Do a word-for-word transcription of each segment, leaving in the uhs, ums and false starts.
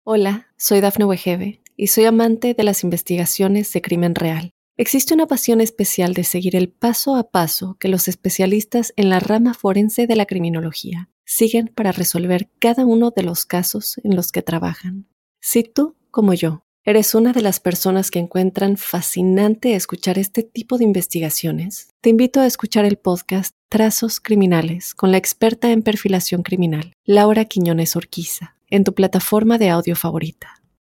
Hola, soy Dafne Wegebe y soy amante de las investigaciones de crimen real. Existe una pasión especial de seguir el paso a paso que los especialistas en la rama forense de la criminología siguen para resolver cada uno de los casos en los que trabajan. Si tú, como yo, eres una de las personas que encuentran fascinante escuchar este tipo de investigaciones, te invito a escuchar el podcast Trazos Criminales con la experta en perfilación criminal, Laura Quiñones Orquiza, en tu plataforma de audio favorita.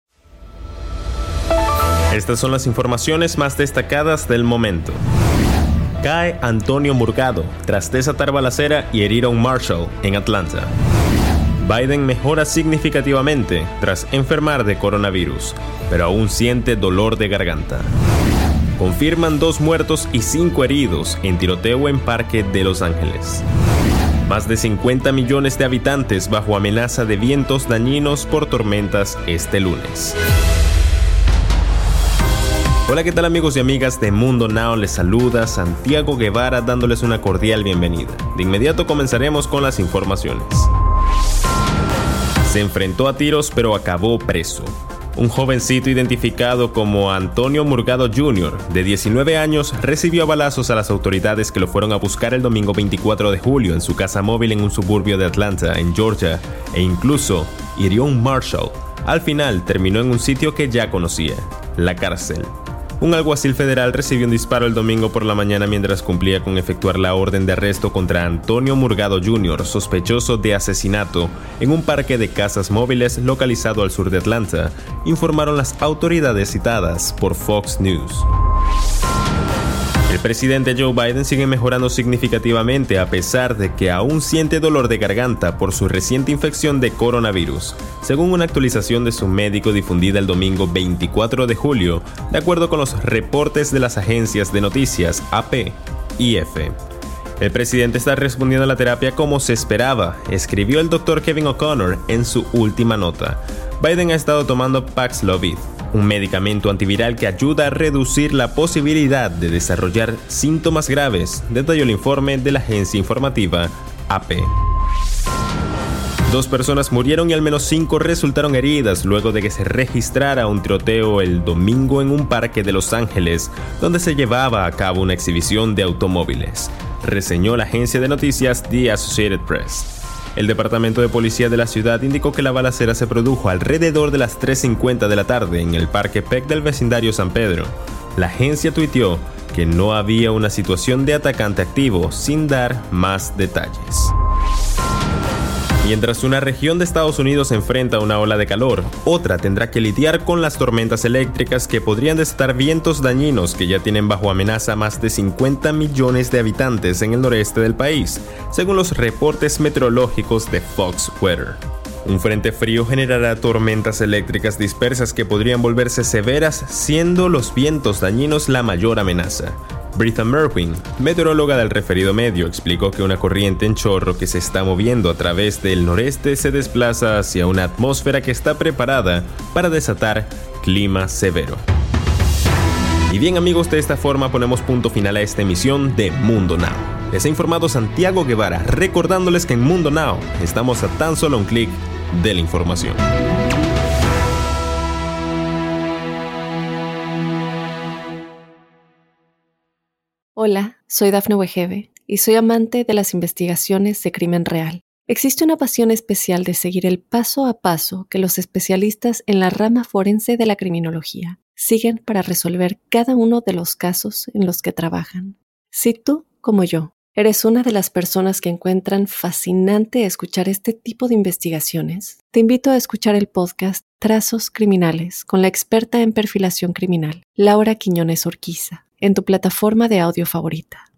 Estas son las informaciones más destacadas del momento. Cae Antonio Murgado tras desatar balacera y herir a un marshal en Atlanta. Biden mejora significativamente tras enfermar de coronavirus, pero aún siente dolor de garganta. Confirman dos muertos y cinco heridos en tiroteo en Parque de Los Ángeles. Más de cincuenta millones de habitantes bajo amenaza de vientos dañinos por tormentas este lunes. Hola, ¿qué tal amigos y amigas de Mundo Now? Les saluda Santiago Guevara dándoles una cordial bienvenida. De inmediato comenzaremos con las informaciones. Se enfrentó a tiros pero acabó preso. Un jovencito identificado como Antonio Murgado junior, de diecinueve años, recibió a balazos a las autoridades que lo fueron a buscar el domingo veinticuatro de julio en su casa móvil en un suburbio de Atlanta, en Georgia, e incluso hirió a un marshal. Al final terminó en un sitio que ya conocía, la cárcel. Un alguacil federal recibió un disparo el domingo por la mañana mientras cumplía con efectuar la orden de arresto contra Antonio Murgado junior, sospechoso de asesinato, en un parque de casas móviles localizado al sur de Atlanta, informaron las autoridades citadas por Fox News. El presidente Joe Biden sigue mejorando significativamente a pesar de que aún siente dolor de garganta por su reciente infección de coronavirus, según una actualización de su médico difundida el domingo veinticuatro de julio, de acuerdo con los reportes de las agencias de noticias A P y F. El presidente está respondiendo a la terapia como se esperaba, escribió el doctor Kevin O'Connor en su última nota. Biden ha estado tomando Paxlovid, un medicamento antiviral que ayuda a reducir la posibilidad de desarrollar síntomas graves, detalló el informe de la agencia informativa A P. Dos personas murieron y al menos cinco resultaron heridas luego de que se registrara un tiroteo el domingo en un parque de Los Ángeles, donde se llevaba a cabo una exhibición de automóviles, reseñó la agencia de noticias The Associated Press. El departamento de policía de la ciudad indicó que la balacera se produjo alrededor de las tres cincuenta de la tarde en el Parque Peck del vecindario San Pedro. La agencia tuiteó que no había una situación de atacante activo, sin dar más detalles. Mientras una región de Estados Unidos se enfrenta a una ola de calor, otra tendrá que lidiar con las tormentas eléctricas que podrían desatar vientos dañinos que ya tienen bajo amenaza a más de cincuenta millones de habitantes en el noreste del país, según los reportes meteorológicos de Fox Weather. Un frente frío generará tormentas eléctricas dispersas que podrían volverse severas, siendo los vientos dañinos la mayor amenaza. Britta Merwin, meteoróloga del referido medio, explicó que una corriente en chorro que se está moviendo a través del noreste se desplaza hacia una atmósfera que está preparada para desatar clima severo. Y bien amigos, de esta forma ponemos punto final a esta emisión de Mundo Now. Les ha informado Santiago Guevara, recordándoles que en Mundo Now estamos a tan solo un clic de la información. Hola, soy Dafne Wegebe y soy amante de las investigaciones de crimen real. Existe una pasión especial de seguir el paso a paso que los especialistas en la rama forense de la criminología siguen para resolver cada uno de los casos en los que trabajan. Si tú, como yo, eres una de las personas que encuentran fascinante escuchar este tipo de investigaciones, te invito a escuchar el podcast Trazos Criminales con la experta en perfilación criminal, Laura Quiñones Orquiza, en tu plataforma de audio favorita.